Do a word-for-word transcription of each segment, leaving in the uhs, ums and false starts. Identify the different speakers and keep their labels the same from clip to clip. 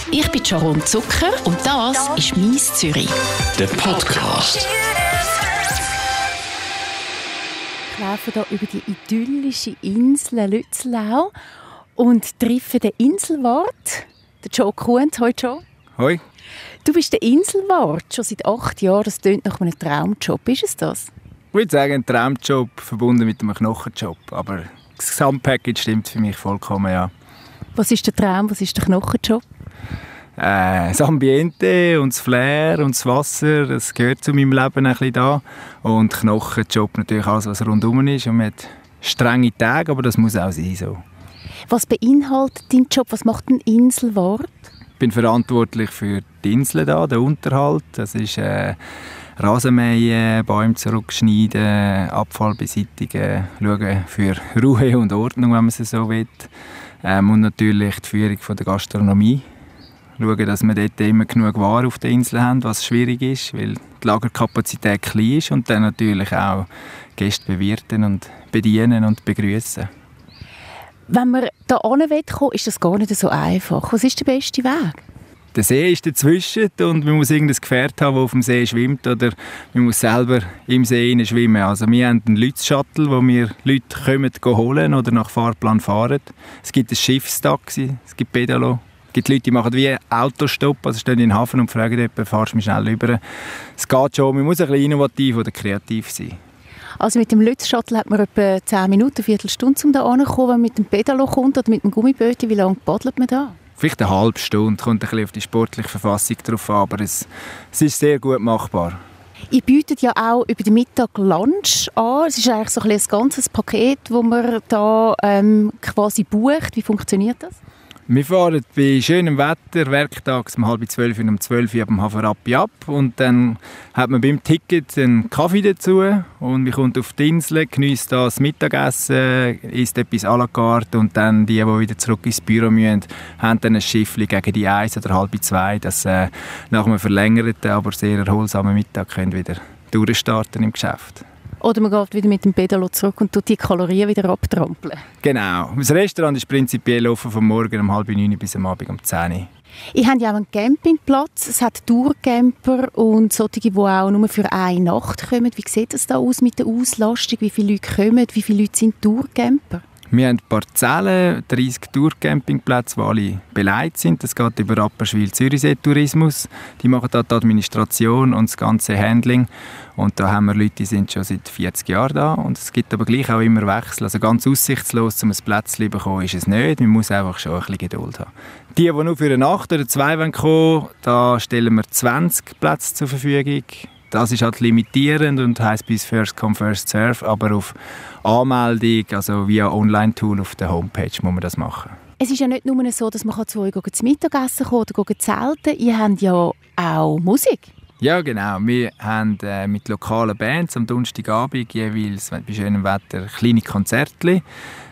Speaker 1: Ich bin Sharon Zucker und das ist «Mies Zürich».
Speaker 2: Der Podcast.
Speaker 3: Ich laufe hier über die idyllische Insel Lützlau und treffe den Inselwart, den Joe Kuhn. Hoi Joe.
Speaker 4: Hoi.
Speaker 3: Du bist der Inselwart schon seit acht Jahren. Das klingt nach einem Traumjob. Ist es das?
Speaker 4: Ich würde sagen, ein Traumjob verbunden mit einem Knochenjob. Aber das Gesamtpackage stimmt für mich vollkommen, ja.
Speaker 3: Was ist der Traum, was ist der Knochenjob?
Speaker 4: Äh, das Ambiente und das Flair und das Wasser, das gehört zu meinem Leben ein bisschen da. Und Knochenjob natürlich alles, was rundherum ist. Und man hat strenge Tage, aber das muss auch sein. So.
Speaker 3: Was beinhaltet dein Job? Was macht ein Inselwart?
Speaker 4: Ich bin verantwortlich für die Insel da, den Unterhalt. Das ist äh, Rasenmähen, Bäume zurückschneiden, Abfall beseitigen, schauen für Ruhe und Ordnung, wenn man es so will. Ähm, und natürlich die Führung von der Gastronomie. Schauen, dass wir dort immer genug Ware auf der Insel haben, was schwierig ist, weil die Lagerkapazität klein ist. Und dann natürlich auch Gäste bewirten und bedienen und begrüßen.
Speaker 3: Wenn man hier hinkommen will, ist das gar nicht so einfach. Was ist der beste Weg?
Speaker 4: Der See ist dazwischen und man muss irgendein Gefährt haben, das auf dem See schwimmt, oder man muss selber im See schwimmen. Also wir haben einen Lütz-Shuttle, wo wir Leute kommen, holen oder nach Fahrplan fahren. Es gibt ein Schiffstaxi, es gibt Pedalo. Es gibt Leute, die machen wie Autostopp, also stehen in den Hafen und fragen jemanden, fahrst du mich schnell rüber. Es geht schon, man muss ein bisschen innovativ oder kreativ sein.
Speaker 3: Also mit dem Lütz-Shuttle hat man etwa zehn Minuten, eine Viertelstunde, um da hinzukommen. Wenn man mit dem Pedalo kommt oder mit dem Gummibötchen, wie lange paddelt man da?
Speaker 4: Vielleicht eine halbe Stunde, kommt ein bisschen auf die sportliche Verfassung drauf an, aber es, es ist sehr gut machbar.
Speaker 3: Ihr bietet ja auch über den Mittag Lunch an. Es ist eigentlich so ein, ein ganzes Paket, das man da ähm, quasi bucht. Wie funktioniert das?
Speaker 4: Wir fahren bei schönem Wetter werktags um halb zwölf und um zwölf Uhr ab dem Haferappi ab. Und dann hat man beim Ticket einen Kaffee dazu. Und man kommt auf die Insel, genießt das Mittagessen, isst etwas à la carte. Und dann die, die wieder zurück ins Büro müssen, haben dann ein Schiffchen gegen die eins oder halb zwei, dass äh, nach einem verlängerten, aber sehr erholsamen Mittag können wieder durchstarten im Geschäft.
Speaker 3: Oder man geht wieder mit dem Pedalo zurück und tut die Kalorien wieder abtrampeln.
Speaker 4: Genau. Das Restaurant ist prinzipiell offen von morgen um halb neun bis am Abend um zehn Uhr.
Speaker 3: Ich habe ja auch einen Campingplatz. Es hat Tourcamper und solche, die auch nur für eine Nacht kommen. Wie sieht das da aus mit der Auslastung? Wie viele Leute kommen? Wie viele Leute sind Tourcamper?
Speaker 4: Wir haben Parzellen, dreissig Tourcampingplätze, die alle beleidigt sind. Das geht über Rapperswil-Zürichsee-Tourismus. Die machen da die Administration und das ganze Handling. Und da haben wir Leute, die sind schon seit vierzig Jahren da. Und es gibt aber gleich auch immer Wechsel. Also ganz aussichtslos, um ein Plätzchen zu bekommen, ist es nicht. Man muss einfach schon ein bisschen Geduld haben. Die, die nur für eine Nacht oder zwei kommen wollen, da stellen wir zwanzig Plätze zur Verfügung. Das ist halt limitierend und heisst bis First Come, First Serve. Aber auf Anmeldung, also via Online-Tool auf der Homepage, muss man das machen.
Speaker 3: Es ist ja nicht nur so, dass man zu euch zum Mittagessen kommen oder zelten. Ihr habt ja auch Musik.
Speaker 4: Ja, genau. Wir haben äh, mit lokalen Bands am Donnerstagabend jeweils bei schönem Wetter kleine Konzerte.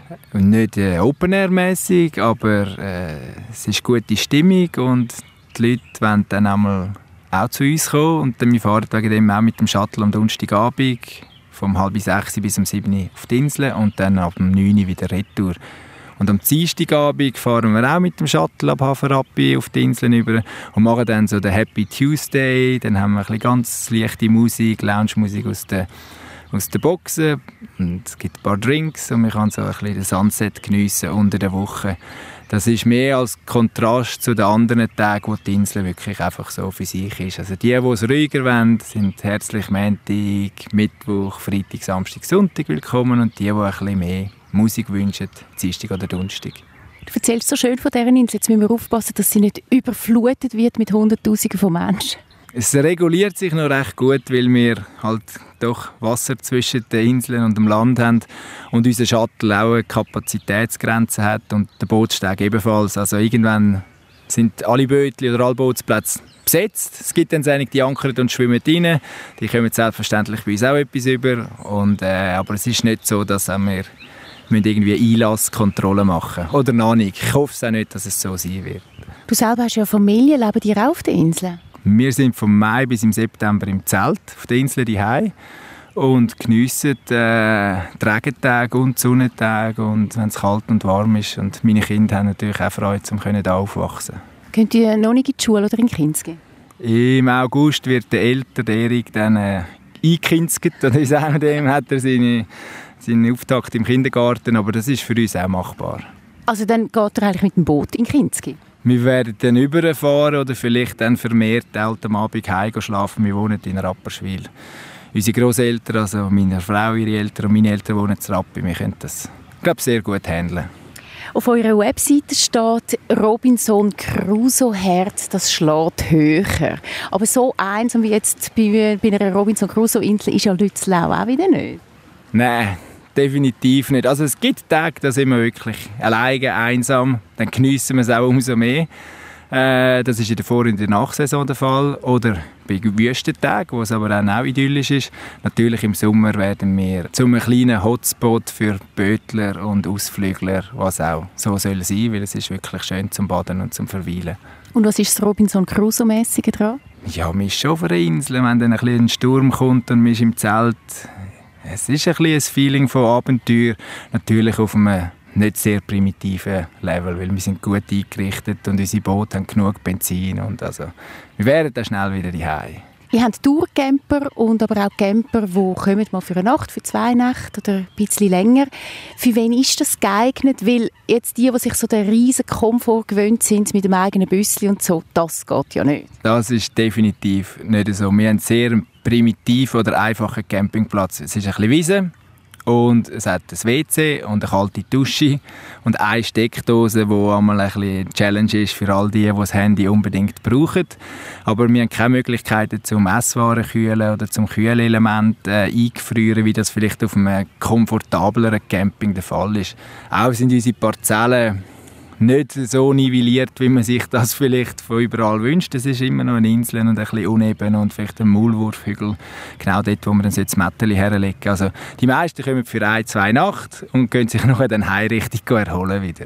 Speaker 4: Nicht äh, Open-Air-mässig, aber äh, es ist gute Stimmung und die Leute wollen dann einmal auch zu uns kommen. Und dann wir fahren wegen dem auch mit dem Shuttle am Donnerstagabend vom halb sechs bis um sieben Uhr auf die Insel und dann ab um neun Uhr wieder retour. Und am Dienstagabend fahren wir auch mit dem Shuttle ab Haferappi auf die Inseln über und machen dann so den Happy Tuesday. Dann haben wir ein bisschen ganz leichte Musik, Lounge-Musik aus den, aus den Boxen. Und es gibt ein paar Drinks und man kann so ein bisschen den Sunset geniessen unter der Woche. Das ist mehr als Kontrast zu den anderen Tagen, wo die Insel wirklich einfach so für sich ist. Also die, die es ruhiger wollen, sind herzlich Montag, Mittwoch, Freitag, Samstag, Sonntag willkommen. Und die, die ein bisschen mehr Musik wünschen, Dienstag oder Donnerstag.
Speaker 3: Du erzählst so schön von dieser Insel. Jetzt müssen wir aufpassen, dass sie nicht überflutet wird mit Hunderttausenden von Menschen.
Speaker 4: Es reguliert sich noch recht gut, weil wir halt doch Wasser zwischen den Inseln und dem Land haben und unser Shuttle auch eine Kapazitätsgrenze hat und der Bootssteg ebenfalls. Also irgendwann sind alle Bötchen oder alle Bootsplätze besetzt. Es gibt dann einige, die ankern und schwimmen rein. Die kommen selbstverständlich bei uns auch etwas über. Und, äh, aber es ist nicht so, dass wir müssen irgendwie Einlasskontrolle machen. Oder noch nicht. Ich hoffe es auch nicht, dass es so sein wird.
Speaker 3: Du selber hast ja Familie. Leben die auch auf der Insel?
Speaker 4: Wir sind vom Mai bis im September im Zelt auf der Insel daheim und geniessen äh, die Regentage und die Sonnentage und wenn es kalt und warm ist. Und meine Kinder haben natürlich auch Freude, um hier aufwachsen.
Speaker 3: Könnt ihr noch nicht in die Schule oder in Kinski?
Speaker 4: Im August wird der ältere Erik dann äh, eingekinzigt. Oder wie sagen wir dem, hat er seine, seinen Auftakt im Kindergarten. Aber das ist für uns auch machbar.
Speaker 3: Also dann geht er eigentlich mit dem Boot in Kinski?
Speaker 4: Wir werden dann überfahren oder vielleicht dann vermehrt am Abend heim schlafen. Wir wohnen in Rapperswil. Unsere Grosseltern, also meine Frau, ihre Eltern und meine Eltern wohnen in Rappi. Wir können das, glaube ich, sehr gut handeln.
Speaker 3: Auf eurer Webseite steht «Robinson Crusoe Herz, das schlägt höher». Aber so einsam wie jetzt bei, bei einer Robinson Crusoe Insel ist ja Lützlau auch wieder nicht.
Speaker 4: Nein, definitiv nicht. Also es gibt Tage, da sind wir wirklich alleine, einsam. Dann geniessen wir es auch umso mehr. Äh, das ist in der Vor- und der Nachsaison der Fall. Oder bei Wüstentagen, wo es aber auch idyllisch ist. Natürlich im Sommer werden wir zu einem kleinen Hotspot für Bötler und Ausflügler, was auch so soll sein, weil es ist wirklich schön zum Baden und zum Verweilen.
Speaker 3: Und was ist das Robinson Crusoe-mässige dran?
Speaker 4: Ja, man ist schon auf einer Insel, wenn dann ein, ein Sturm kommt und man ist im Zelt. Es ist ein, ein Feeling von Abenteuer, natürlich auf einem nicht sehr primitiven Level, weil wir sind gut eingerichtet und unsere Boote haben genug Benzin und also wir wären dann schnell wieder daheim.
Speaker 3: Ihr habt Tourcamper und aber auch Camper, die kommen mal für eine Nacht, für zwei Nächte oder ein bisschen länger. Für wen ist das geeignet? Weil jetzt die, die sich so den riesen Komfort gewöhnt sind mit dem eigenen Büsschen und so, das geht ja nicht.
Speaker 4: Das ist definitiv nicht so. Wir haben einen sehr primitiven oder einfachen Campingplatz. Es ist ein bisschen Wiese. Und es hat ein W C und eine kalte Dusche und eine Steckdose, die einmal ein bisschen eine Challenge ist für all die, die das Handy unbedingt brauchen. Aber wir haben keine Möglichkeiten zum Esswaren kühlen oder zum Kühlelement äh, eingefrieren, wie das vielleicht auf einem komfortableren Camping der Fall ist. Auch sind unsere Parzellen nicht so nivelliert, wie man sich das vielleicht von überall wünscht. Es ist immer noch eine Insel und ein bisschen uneben und vielleicht ein Maulwurfhügel, genau dort, wo man dann das Mätteli herlegen. Also die meisten kommen für ein, zwei Nacht und können sich nachher dann heim richtig erholen wieder.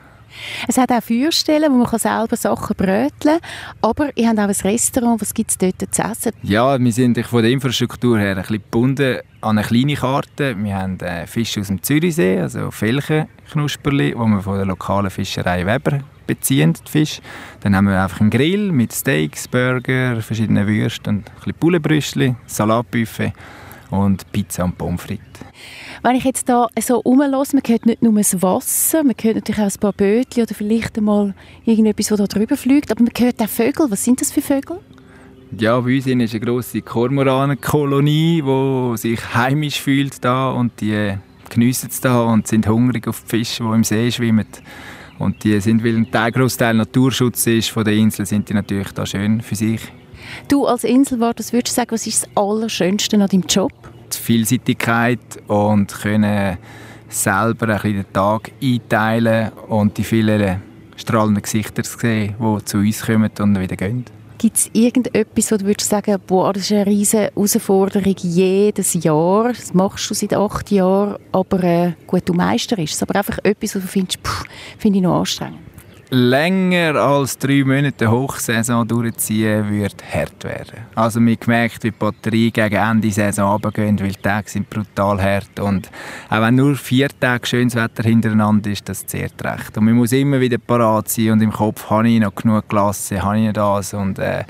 Speaker 3: Es hat auch Feuerstellen, wo man selber Sachen bröteln kann. Aber ihr habt auch ein Restaurant. Was gibt es dort zu essen?
Speaker 4: Ja, wir sind von der Infrastruktur her ein bisschen gebunden an eine kleine Karte. Wir haben äh, Fisch aus dem Zürichsee, also Felchenknusperli, die wir von der lokalen Fischerei Weber beziehen, die Fisch. Dann haben wir einfach einen Grill mit Steaks, Burger, verschiedenen Würsten und ein bisschen Pouletbrüschli, Salatbuffet und Pizza und Pommes frites.
Speaker 3: Wenn ich jetzt hier so rumhöre, man hört nicht nur das Wasser, man hört natürlich auch ein paar Bötchen oder vielleicht einmal irgendetwas, das da drüber fliegt, aber man hört auch Vögel. Was sind das für Vögel?
Speaker 4: Ja, bei uns ist eine grosse Kormoranenkolonie, die sich heimisch fühlt da und die geniessen es da und sind hungrig auf die Fische, die im See schwimmen. Und die sind, weil ein Großteil Naturschutz ist von der Insel, sind die natürlich da schön für sich.
Speaker 3: Du als Inselwart, was würdest du sagen, was ist das Allerschönste an deinem Job?
Speaker 4: Die Vielseitigkeit und können selber ein bisschen den Tag einteilen und die vielen strahlenden Gesichter sehen, die zu uns kommen und wieder gehen.
Speaker 3: Gibt es irgendetwas, wo du würdest sagen, boah, das ist eine riesige Herausforderung jedes Jahr, das machst du seit acht Jahren, aber äh, gut, du meisterst es, aber einfach etwas, wo du findest, pff, finde ich noch anstrengend?
Speaker 4: Länger als drei Monate Hochsaison durchziehen, wird hart werden. Also man merkt, wie die Batterie gegen Ende Saison runtergehen, weil die Tage sind brutal hart. Und auch wenn nur vier Tage schönes Wetter hintereinander ist, das zehrt recht. Und man muss immer wieder parat sein und im Kopf habe ich noch genug gelassen, habe ich noch das. Und, äh,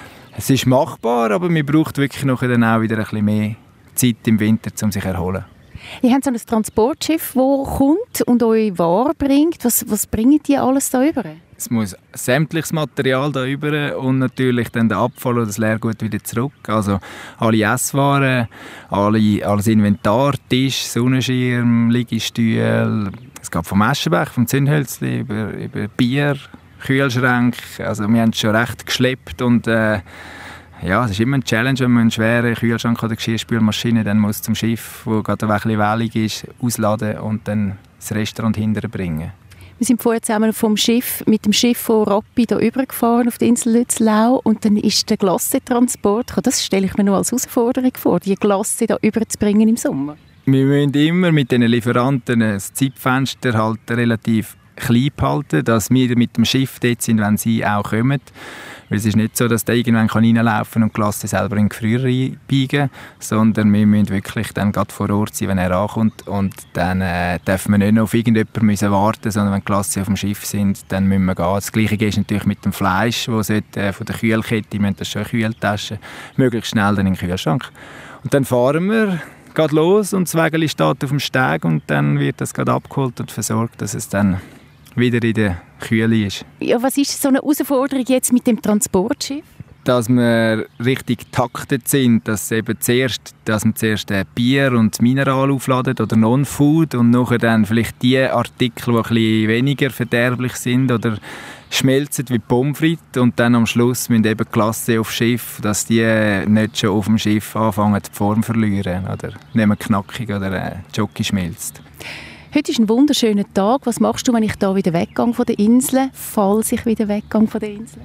Speaker 4: es ist machbar, aber man braucht wirklich noch dann auch wieder ein bisschen mehr Zeit im Winter, um sich zu erholen.
Speaker 3: Ihr habt so ein Transportschiff, das kommt und euch Ware bringt. Was, was bringen die alles da rüber?
Speaker 4: Es muss sämtliches Material da rüber und natürlich dann der Abfall oder das Leergut wieder zurück. Also alle Esswaren, alle, alles Inventar, Tisch, Sonnenschirm, Liegestühle. Es geht vom Eschenbecher, vom Zündhölzli über, über Bier, Kühlschränke. Also wir haben es schon recht geschleppt und äh, ja, es ist immer eine Challenge, wenn man einen schweren Kühlschrank oder Geschirrspülmaschine dann muss zum Schiff, wo gerade ein bisschen wellig ist, ausladen und dann das Restaurant hinterher bringen.
Speaker 3: Wir sind vorher zusammen vom Schiff, mit dem Schiff von Rappi hier rübergefahren auf die Insel Lützlau und dann ist der Glassetransport gekommen. Das stelle ich mir noch als Herausforderung vor, die Glasse hier rüberzubringen im Sommer.
Speaker 4: Wir müssen immer mit den Lieferanten das Zeitfenster halt relativ klein behalten, dass wir mit dem Schiff dort sind, wenn sie auch kommen. Weil es ist nicht so, dass der irgendwann reinlaufen kann und die Klasse selber in den Gefrier reinbiegen, sondern wir müssen wirklich dann gerade vor Ort sein, wenn er ankommt. Und dann äh, darf man nicht noch auf irgendjemanden müssen warten, sondern wenn die Klasse auf dem Schiff sind, dann müssen wir gehen. Das Gleiche ist natürlich mit dem Fleisch, das äh, von der Kühlkette, wir haben das schon in Kühltaschen, möglichst schnell dann in den Kühlschrank. Und dann fahren wir, geht los und das Wägeli steht auf dem Steg und dann wird das gerade abgeholt und versorgt, dass es dann wieder in der Kühle ist.
Speaker 3: Ja, was ist so eine Herausforderung jetzt mit dem Transportschiff?
Speaker 4: Dass wir richtig taktet sind, dass, eben zuerst, dass wir zuerst Bier und Mineral aufladen oder Non-Food und nachher dann vielleicht die Artikel, die ein bisschen weniger verderblich sind oder schmelzen wie Pommes frites und dann am Schluss müssen eben die Klasse aufs Schiff, dass die nicht schon auf dem Schiff anfangen die Form zu verlieren oder nicht mehr knackig oder äh, Jockey schmilzt.
Speaker 3: Heute ist ein wunderschöner Tag. Was machst du, wenn ich da wieder weggehe von der Insel, falls ich wieder weggehe von der Insel?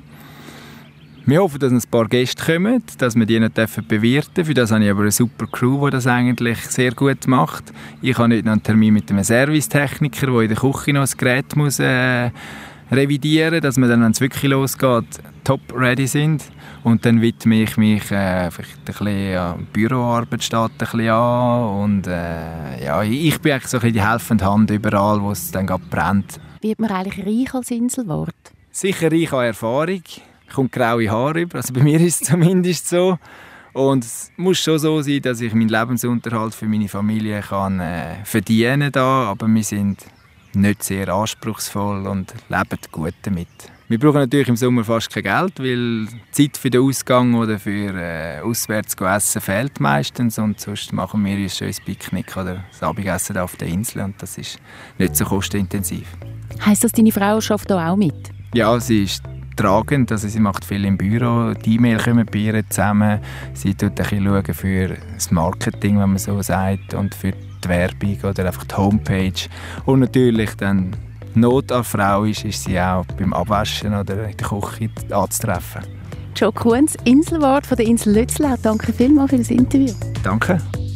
Speaker 4: Wir hoffen, dass ein paar Gäste kommen, dass wir die nicht bewirten dürfen. Für das habe ich aber eine super Crew, die das eigentlich sehr gut macht. Ich habe heute noch einen Termin mit einem Servicetechniker, der in der Küche noch das Gerät muss, äh, revidieren muss, dass wir dann, wenn es wirklich losgeht, top ready sind. Und dann widme ich mich äh, vielleicht ein bisschen an Büroarbeit steht ein bisschen an. Und äh, ja, ich bin eigentlich so ein bisschen die helfende Hand überall, wo es dann gerade brennt.
Speaker 3: Wird man eigentlich reich als Inselwart?
Speaker 4: Sicher reich an Erfahrung. Kommt graue Haare über, also bei mir ist es zumindest so. Und es muss schon so sein, dass ich meinen Lebensunterhalt für meine Familie kann, äh, verdienen kann, aber wir sind nicht sehr anspruchsvoll und leben gut damit. Wir brauchen natürlich im Sommer fast kein Geld, weil die Zeit für den Ausgang oder für äh, auswärts zu essen fehlt meistens und sonst machen wir ein schönes Picknick oder das Abendessen auf der Insel und das ist nicht so kostenintensiv.
Speaker 3: Heisst das, deine Frau arbeitet da auch mit?
Speaker 4: Ja, sie ist tragend, also sie macht viel im Büro, die E-Mail kommen bei ihr zusammen, sie tut ein bisschen schauen für das Marketing, wenn man so sagt, und für die Werbung oder einfach die Homepage und natürlich dann Not an Frau ist, ist sie auch beim Abwaschen oder in der Küche anzutreffen.
Speaker 3: Joe Kunz, Inselwart von der Insel Lützlau, danke vielmals für das Interview.
Speaker 4: Danke.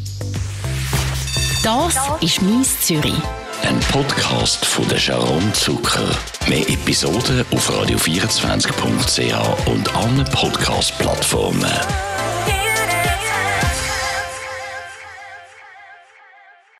Speaker 1: Das ist «Mies Zürich».
Speaker 2: Ein Podcast von der Sharon Zucker. Mehr Episoden auf radio vierundzwanzig punkt c h und allen Podcast-Plattformen.